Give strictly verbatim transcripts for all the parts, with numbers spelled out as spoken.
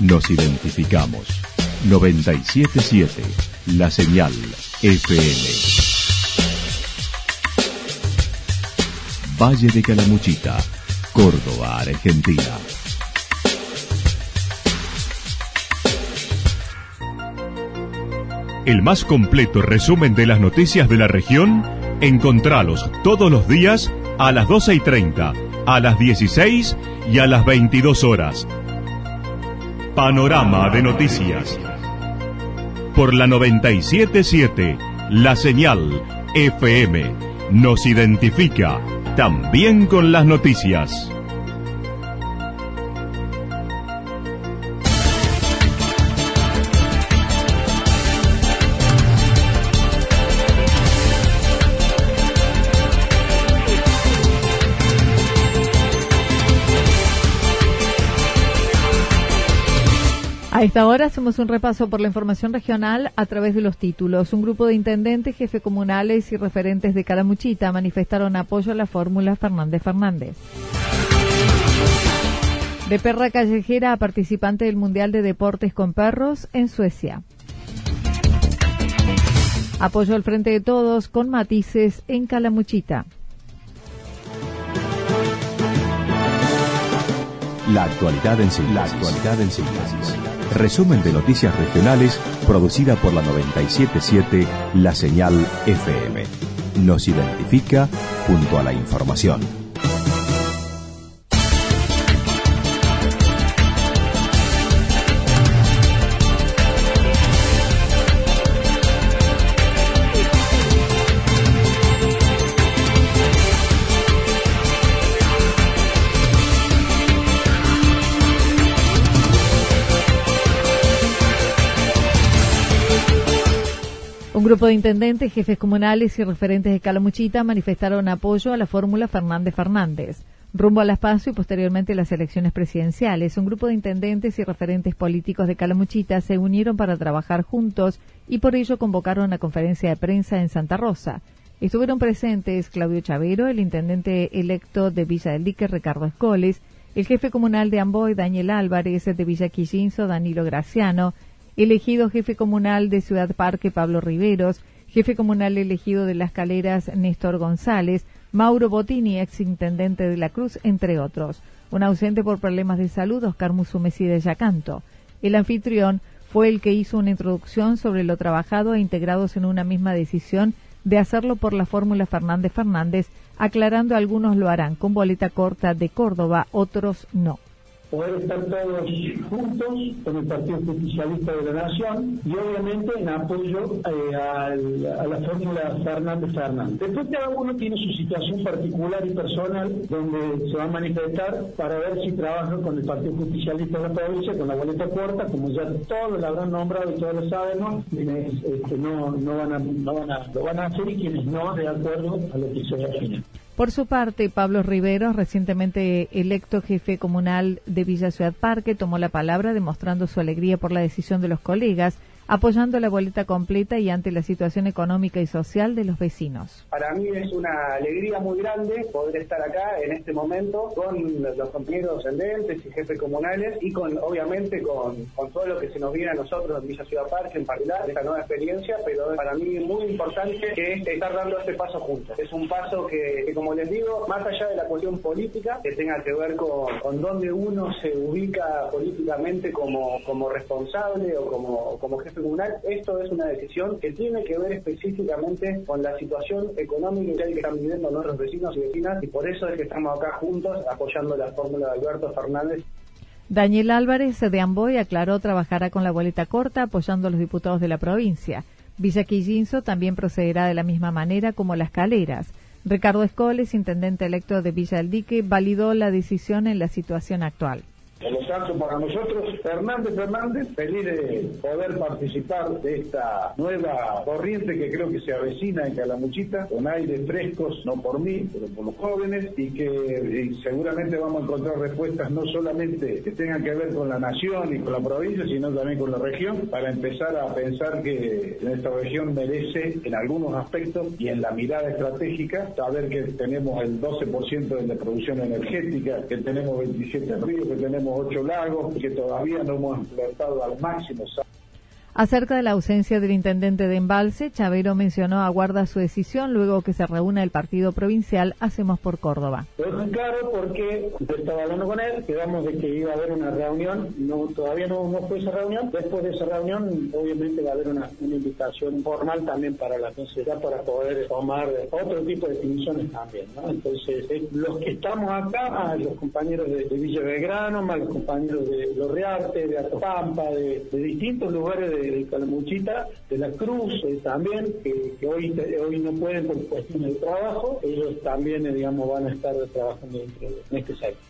Nos identificamos. noventa y siete punto siete, La Señal F M. Valle de Calamuchita, Córdoba, Argentina. El más completo resumen de las noticias de la región, encontralos todos los días a las doce y treinta, a las dieciséis y a las veintidós horas. Panorama de Noticias. Por la noventa y siete punto siete, La Señal F M. Nos identifica también con las noticias. A esta hora hacemos un repaso por la información regional a través de los títulos. Un grupo de intendentes, jefes comunales y referentes de Calamuchita manifestaron apoyo a la fórmula Fernández Fernández. De perra callejera a participante del Mundial de Deportes con Perros en Suecia. Apoyo al Frente de Todos con matices en Calamuchita. La actualidad en síntesis. La actualidad en síntesis. Resumen de noticias regionales producida por la noventa y siete punto siete La Señal F M. Nos identifica junto a la información. Un grupo de intendentes, jefes comunales y referentes de Calamuchita manifestaron apoyo a la fórmula Fernández Fernández. Rumbo al espacio y posteriormente las elecciones presidenciales, un grupo de intendentes y referentes políticos de Calamuchita se unieron para trabajar juntos y por ello convocaron una conferencia de prensa en Santa Rosa. Estuvieron presentes Claudio Chavero, el intendente electo de Villa del Dique, Ricardo Escoles, el jefe comunal de Amboy, Daniel Álvarez, de Villa Quillinzo, Danilo Graciano, elegido jefe comunal de Ciudad Parque, Pablo Riveros, jefe comunal elegido de Las Caleras, Néstor González, Mauro Bottini, exintendente de La Cruz, entre otros. Un ausente por problemas de salud, Oscar Musumeci de Yacanto. El anfitrión fue el que hizo una introducción sobre lo trabajado e integrados en una misma decisión de hacerlo por la fórmula Fernández Fernández, aclarando algunos lo harán con boleta corta de Córdoba, otros no. Poder estar todos juntos con el Partido Justicialista de la Nación y obviamente en apoyo eh, al, a la fórmula Fernández Fernández. Después cada uno tiene su situación particular y personal donde se va a manifestar para ver si trabaja con el Partido Justicialista de la provincia, con la boleta corta, como ya todos lo habrán nombrado y todos lo sabemos, quienes este, no, no, van a, no van a, lo van a hacer y quienes no, de acuerdo a lo que se define. Por su parte, Pablo Riveros, recientemente electo jefe comunal de Villa Ciudad Parque, tomó la palabra demostrando su alegría por la decisión de los colegas, apoyando la boleta completa y ante la situación económica y social de los vecinos. Para mí es una alegría muy grande poder estar acá en este momento con los compañeros ascendentes y jefes comunales y con, obviamente, con, con todo lo que se nos viene a nosotros en Villa Ciudad Parque en particular, esta nueva experiencia, pero para mí es muy importante que es estar dando este paso juntos. Es un paso que, que, como les digo, más allá de la cuestión política, que tenga que ver con, con dónde uno se ubica políticamente como, como responsable o como, como jefe comunal, esto es una decisión que tiene que ver específicamente con la situación económica que están viviendo nuestros vecinos y vecinas, y por eso es que estamos acá juntos apoyando la fórmula de Alberto Fernández. Daniel Álvarez de Amboy aclaró trabajará con la boleta corta apoyando a los diputados de la provincia. Villa Quillinzo también procederá de la misma manera como Las Caleras. Ricardo Escoles, intendente electo de Villa del Dique, validó la decisión en la situación actual. Por lo tanto, para nosotros, Fernández Fernández, feliz de poder participar de esta nueva corriente que creo que se avecina en Calamuchita, con aires frescos, no por mí, pero por los jóvenes, y que y seguramente vamos a encontrar respuestas no solamente que tengan que ver con la nación y con la provincia, sino también con la región, para empezar a pensar que nuestra región merece, en algunos aspectos y en la mirada estratégica, saber que tenemos el doce por ciento de la producción energética, que tenemos veintisiete ríos, que tenemos tenemos ocho lagos que todavía no hemos explotado al máximo. Acerca de la ausencia del intendente de Embalse, Chavero mencionó aguarda su decisión luego que se reúna el partido provincial Hacemos por Córdoba. Lo dejo en claro porque yo estaba hablando con él, quedamos de que iba a haber una reunión, no todavía no, no fue esa reunión. Después de esa reunión, obviamente va a haber una, una invitación formal también para la sociedad para poder tomar otro tipo de definiciones también, ¿no? Entonces, eh, los que estamos acá, los compañeros de, de Villa Belgrano, más los compañeros de Lorrearte, de Atopampa, de, de distintos lugares de de Calamuchita, de la Cruz eh, también, que, que hoy hoy no pueden por cuestiones de trabajo, ellos también, eh, digamos, van a estar trabajando dentro de, en este sector.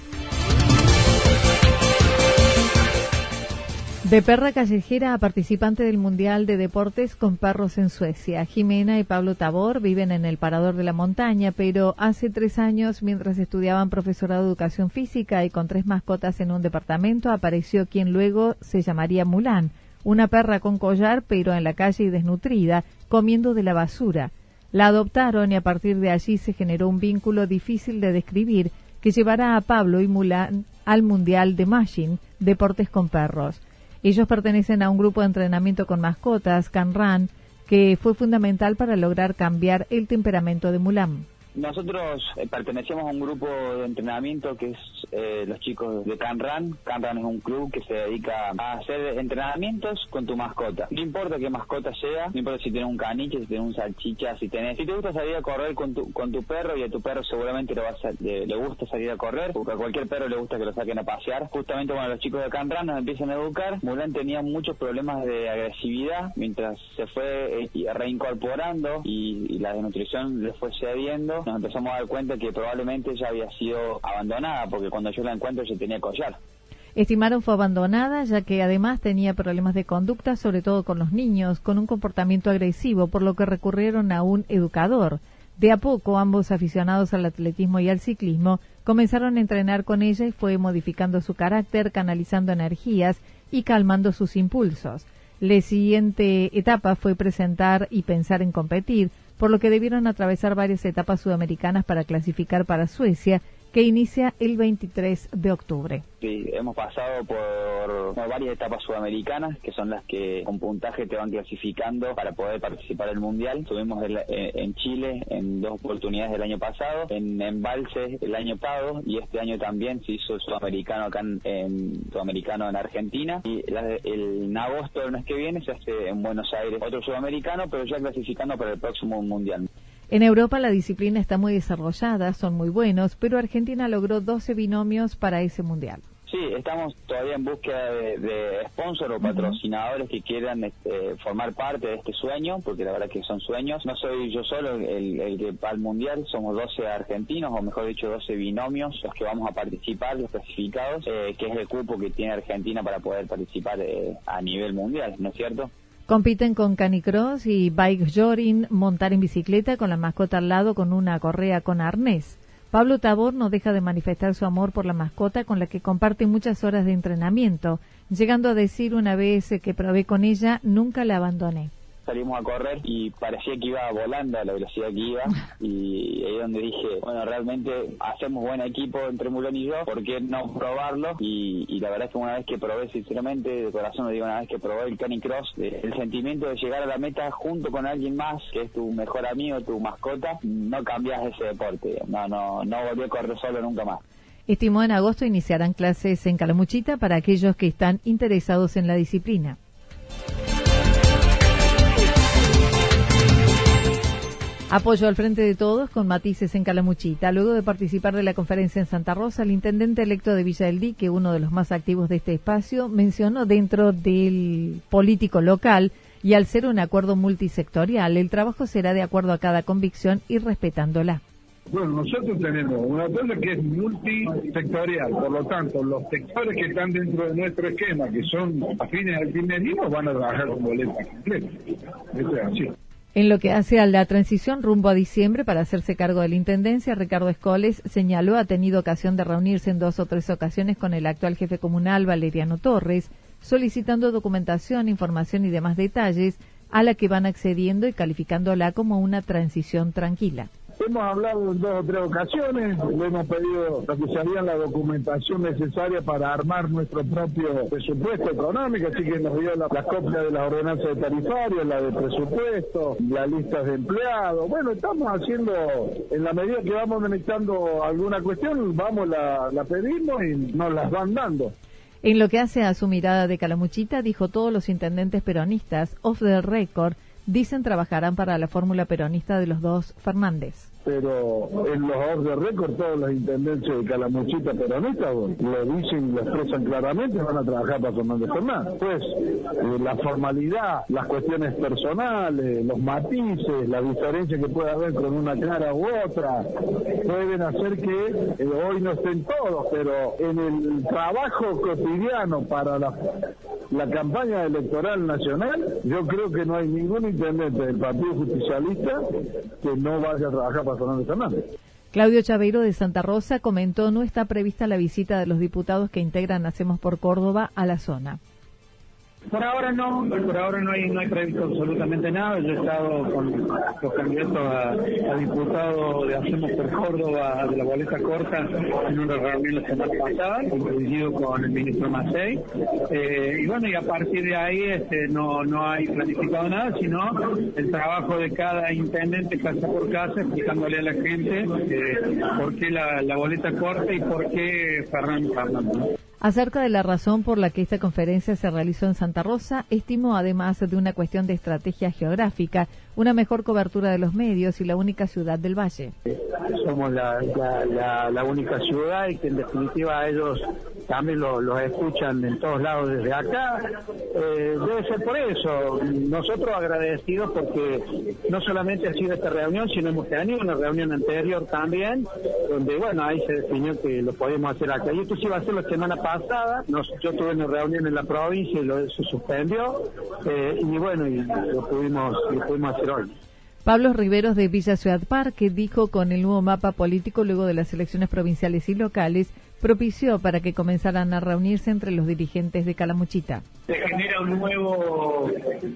De perra callejera a participante del Mundial de Deportes con Perros en Suecia. Jimena y Pablo Tabor viven en el Parador de la Montaña, pero hace tres años, mientras estudiaban profesorado de educación física y con tres mascotas en un departamento, apareció quien luego se llamaría Mulan. Una perra con collar, pero en la calle y desnutrida, comiendo de la basura. La adoptaron y a partir de allí se generó un vínculo difícil de describir que llevará a Pablo y Mulan al Mundial de Machine, Deportes con Perros. Ellos pertenecen a un grupo de entrenamiento con mascotas, Canran, que fue fundamental para lograr cambiar el temperamento de Mulan. Nosotros eh, pertenecemos a un grupo de entrenamiento que es eh, los chicos de Canran. Canran es un club que se dedica a hacer entrenamientos con tu mascota. No importa qué mascota sea, no importa si tienes un caniche, si tienes un salchicha, si tenés... Si te gusta salir a correr con tu con tu perro, y a tu perro seguramente le, vas a, le, le gusta salir a correr, porque a cualquier perro le gusta que lo saquen a pasear. Justamente cuando los chicos de Canran nos empiezan a educar, Mulan tenía muchos problemas de agresividad mientras se fue eh, reincorporando y, y la desnutrición le fue cediendo. Nos empezamos a dar cuenta que probablemente ella había sido abandonada, porque cuando yo la encuentro ella tenía collar. Estimaron fue abandonada, ya que además tenía problemas de conducta, sobre todo con los niños, con un comportamiento agresivo, por lo que recurrieron a un educador. De a poco, ambos aficionados al atletismo y al ciclismo comenzaron a entrenar con ella y fue modificando su carácter, canalizando energías y calmando sus impulsos. La siguiente etapa fue presentar y pensar en competir, por lo que debieron atravesar varias etapas sudamericanas para clasificar para Suecia, que inicia el veintitrés de octubre. Sí, hemos pasado por bueno, varias etapas sudamericanas, que son las que con puntaje te van clasificando para poder participar del Mundial. Estuvimos el, eh, en Chile en dos oportunidades el año pasado, en Embalse el año pasado, y este año también se hizo el sudamericano acá en, en sudamericano en Argentina, y la, el, en agosto del mes que viene se hace en Buenos Aires otro sudamericano, pero ya clasificando para el próximo Mundial. En Europa la disciplina está muy desarrollada, son muy buenos, pero Argentina logró doce binomios para ese Mundial. Sí, estamos todavía en búsqueda de, de sponsor o patrocinadores que quieran este, formar parte de este sueño, porque la verdad que son sueños. No soy yo solo el, el que va al Mundial, somos doce argentinos, o mejor dicho doce binomios, los que vamos a participar, los clasificados, eh, que es el cupo que tiene Argentina para poder participar eh, a nivel mundial, ¿no es cierto? Compiten con canicross y bike jogging, montar en bicicleta con la mascota al lado con una correa con arnés. Pablo Tabor no deja de manifestar su amor por la mascota, con la que comparte muchas horas de entrenamiento, llegando a decir una vez que probé con ella, nunca la abandoné. Salimos a correr y parecía que iba volando a la velocidad que iba, y ahí es donde dije, bueno, realmente hacemos buen equipo entre Mulan y yo, ¿por qué no probarlo? Y, y la verdad es que una vez que probé, sinceramente, de corazón lo digo, una vez que probé el canicross, el sentimiento de llegar a la meta junto con alguien más, que es tu mejor amigo, tu mascota, no cambias ese deporte, no, no, no volví a correr solo nunca más. Estimó en agosto iniciarán clases en Calamuchita para aquellos que están interesados en la disciplina. Apoyo al Frente de Todos con matices en Calamuchita. Luego de participar de la conferencia en Santa Rosa, el intendente electo de Villa del Dique, uno de los más activos de este espacio, mencionó dentro del político local y al ser un acuerdo multisectorial, el trabajo será de acuerdo a cada convicción y respetándola. Bueno, nosotros tenemos una cosa que es multisectorial, por lo tanto, los sectores que están dentro de nuestro esquema, que son afines al kirchnerismo, van a trabajar con boletas completas. Eso es así. En lo que hace a la transición rumbo a diciembre para hacerse cargo de la intendencia, Ricardo Escoles señaló ha tenido ocasión de reunirse en dos o tres ocasiones con el actual jefe comunal, Valeriano Torres, solicitando documentación, información y demás detalles, a la que van accediendo y calificándola como una transición tranquila. Sí, Hemos hablado en dos o tres ocasiones, le hemos pedido que se haría la documentación necesaria para armar nuestro propio presupuesto económico, así que nos dio la, la copia de la ordenanza de tarifario, la de presupuesto, las listas de empleados. Bueno, estamos haciendo, en la medida que vamos conectando alguna cuestión, vamos, la, la pedimos y nos las van dando. En lo que hace a su mirada de Calamuchita, dijo todos los intendentes peronistas, off the record, dicen trabajarán para la fórmula peronista de los dos Fernández. Pero en los off the record todos los intendentes de Calamuchita peronistas lo dicen, lo expresan claramente, van a trabajar para Fernández Fernández. Pues eh, la formalidad, las cuestiones personales, los matices, la diferencia que puede haber con una cara u otra, pueden hacer que eh, hoy no estén todos, pero en el trabajo cotidiano para la, la campaña electoral nacional, yo creo que no hay ningún intendente del Partido Justicialista que no vaya a trabajar para Fernández Fernández. Claudio Chaveiro de Santa Rosa comentó no está prevista la visita de los diputados que integran Hacemos por Córdoba a la zona. Por ahora no, por ahora no hay no hay previsto absolutamente nada. Yo he estado con los candidatos a, a diputado de Hacemos por Córdoba de la boleta corta en una reunión la semana pasada, coincidido con el ministro Macei, eh, y bueno, y a partir de ahí este, no no hay planificado nada, sino el trabajo de cada intendente casa por casa, explicándole a la gente eh, por qué la, la boleta corta y por qué Fernández Fernández. Acerca de la razón por la que esta conferencia se realizó en Santa Rosa, estimó además de una cuestión de estrategia geográfica, una mejor cobertura de los medios y la única ciudad del Valle. Somos la, la, la, la única ciudad y que en definitiva ellos también los lo escuchan en todos lados desde acá. Eh, debe ser por eso. Nosotros agradecidos porque no solamente ha sido esta reunión, sino hemos tenido una reunión anterior también, donde bueno, ahí se definió que lo podíamos hacer acá. Y esto sí iba a ser la semana pasada. Nos, yo tuve una reunión en la provincia y lo, se suspendió, eh, y bueno, y lo pudimos, lo pudimos hacer hoy. Pablo Riveros de Villa Ciudad Parque dijo con el nuevo mapa político luego de las elecciones provinciales y locales propició para que comenzaran a reunirse entre los dirigentes de Calamuchita. Se genera un nuevo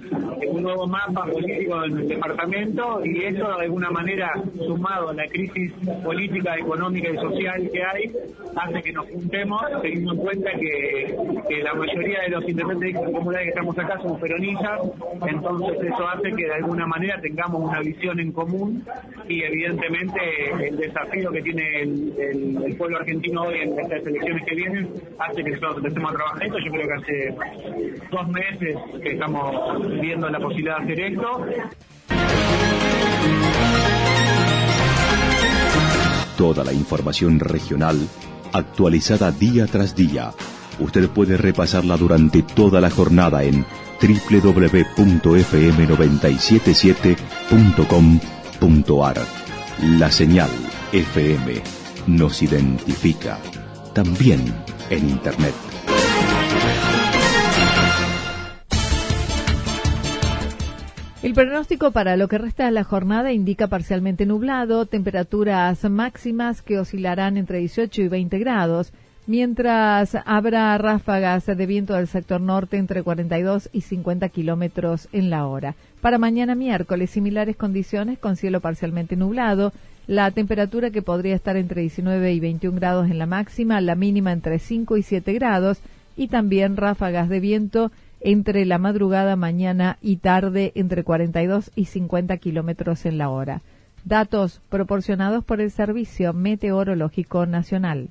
un nuevo mapa político en el departamento y eso de alguna manera, sumado a la crisis política, económica y social que hay, hace que nos juntemos, teniendo en cuenta que, que la mayoría de los intendentes comunales que estamos acá somos peronistas, entonces eso hace que de alguna manera tengamos una visión en común y evidentemente el desafío que tiene el, el, el pueblo argentino hoy en estas elecciones que vienen hace que nosotros empecemos a trabajar esto. Yo creo que hace dos meses que estamos viendo la posibilidad de hacer esto. Toda la información regional actualizada día tras día. Usted puede repasarla durante toda la jornada en doble u doble u doble u punto efe eme noventa y siete siete punto com punto a r. La señal F M nos identifica también en Internet. El pronóstico para lo que resta de la jornada indica parcialmente nublado, temperaturas máximas que oscilarán entre dieciocho y veinte grados, mientras habrá ráfagas de viento del sector norte entre cuarenta y dos y cincuenta kilómetros en la hora. Para mañana miércoles, similares condiciones con cielo parcialmente nublado, la temperatura que podría estar entre diecinueve y veintiún grados en la máxima, la mínima entre cinco y siete grados, y también ráfagas de viento entre la madrugada, mañana y tarde entre cuarenta y dos y cincuenta kilómetros en la hora. Datos proporcionados por el Servicio Meteorológico Nacional.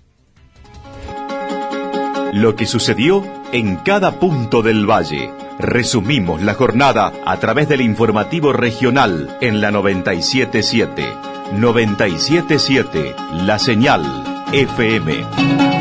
Lo que sucedió en cada punto del valle. Resumimos la jornada a través del informativo regional en la noventa y siete punto siete. noventa y siete punto siete, La Señal F M.